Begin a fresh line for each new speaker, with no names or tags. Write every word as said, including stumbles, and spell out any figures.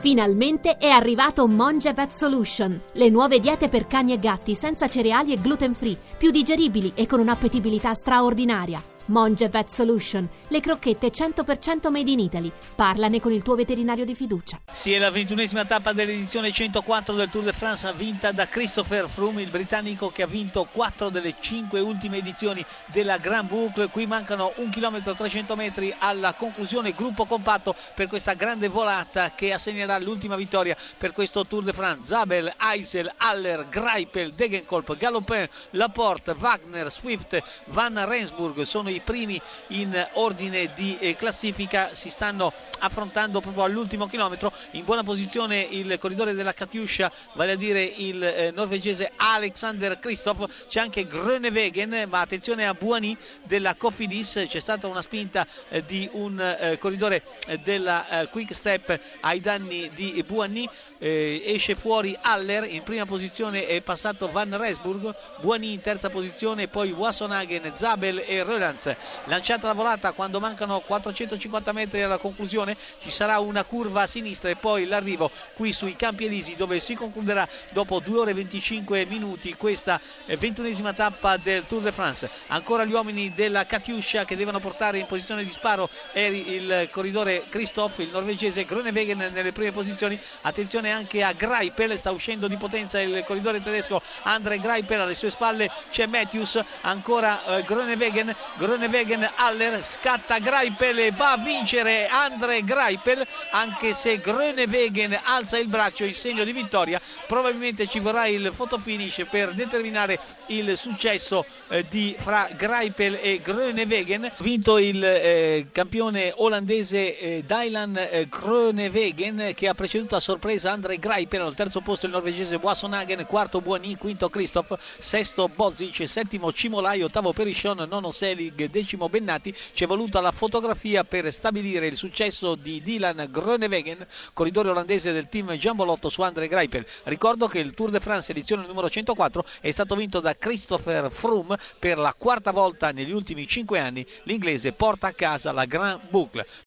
Finalmente è arrivato Monge Vet Solution, le nuove diete per cani e gatti senza cereali e gluten free, più digeribili e con un'appetibilità straordinaria. Monge Vet Solution, le crocchette cento per cento made in Italy. Parlane con il tuo veterinario di fiducia.
Sì, è la ventunesima tappa dell'edizione centoquattro del Tour de France, vinta da Christopher Froome, il britannico che ha vinto quattro delle cinque ultime edizioni della Grand Boucle. Qui mancano un chilometro e trecento metri alla conclusione, gruppo compatto per questa grande volata che assegnerà l'ultima vittoria per questo Tour de France. Zabel, Eisel, Haller, Greipel, Degenkolb, Galopin, Laporte, Wagner, Swift, Van Rensburg sono i primi in ordine di eh, classifica. Si stanno affrontando proprio all'ultimo chilometro. In buona posizione il corridore della Katusha, vale a dire il eh, norvegese Alexander Kristoff. C'è anche Groenewegen, ma attenzione a Buani della Cofidis. C'è stata una spinta eh, di un eh, corridore eh, della eh, Quick Step ai danni di Buani. Eh, esce fuori Haller, in prima posizione è passato Van Rensburg, Buani in terza posizione, poi Wassenhagen, Zabel e Roelands. Lanciata la volata quando mancano quattrocentocinquanta metri alla conclusione, ci sarà una curva a sinistra e poi l'arrivo qui sui Campi Elisi, dove si concluderà dopo due ore e venticinque minuti questa ventunesima tappa del Tour de France. Ancora gli uomini della Katusha che devono portare in posizione di sparo è il corridore Kristoff, il norvegese Groenewegen nelle prime posizioni. Attenzione anche a Greipel, sta uscendo di potenza il corridore tedesco Andre Greipel, alle sue spalle c'è Matthews, ancora eh, Groenewegen, Groenewegen, Haller, scatta Greipel e va a vincere Andre Greipel, anche se Groenewegen alza il braccio in segno di vittoria. Probabilmente ci vorrà il fotofinish per determinare il successo eh, di fra Greipel e Groenewegen. Vinto il eh, campione olandese eh, Dylan eh, Groenewegen, che ha preceduto a sorpresa Andre Greipel. Al terzo posto il norvegese Wassenhagen, quarto Buani, quinto Kristoff, sesto Bozic, settimo Cimolai, ottavo Perichon, nono Selig, decimo Bennati. Ci è voluta la fotografia per stabilire il successo di Dylan Groenewegen, corridore olandese del team Giambolotto su Andre Greipel. Ricordo che il Tour de France edizione numero centoquattro è stato vinto da Christopher Froome per la quarta volta negli ultimi cinque anni. L'inglese porta a casa la Grand Boucle.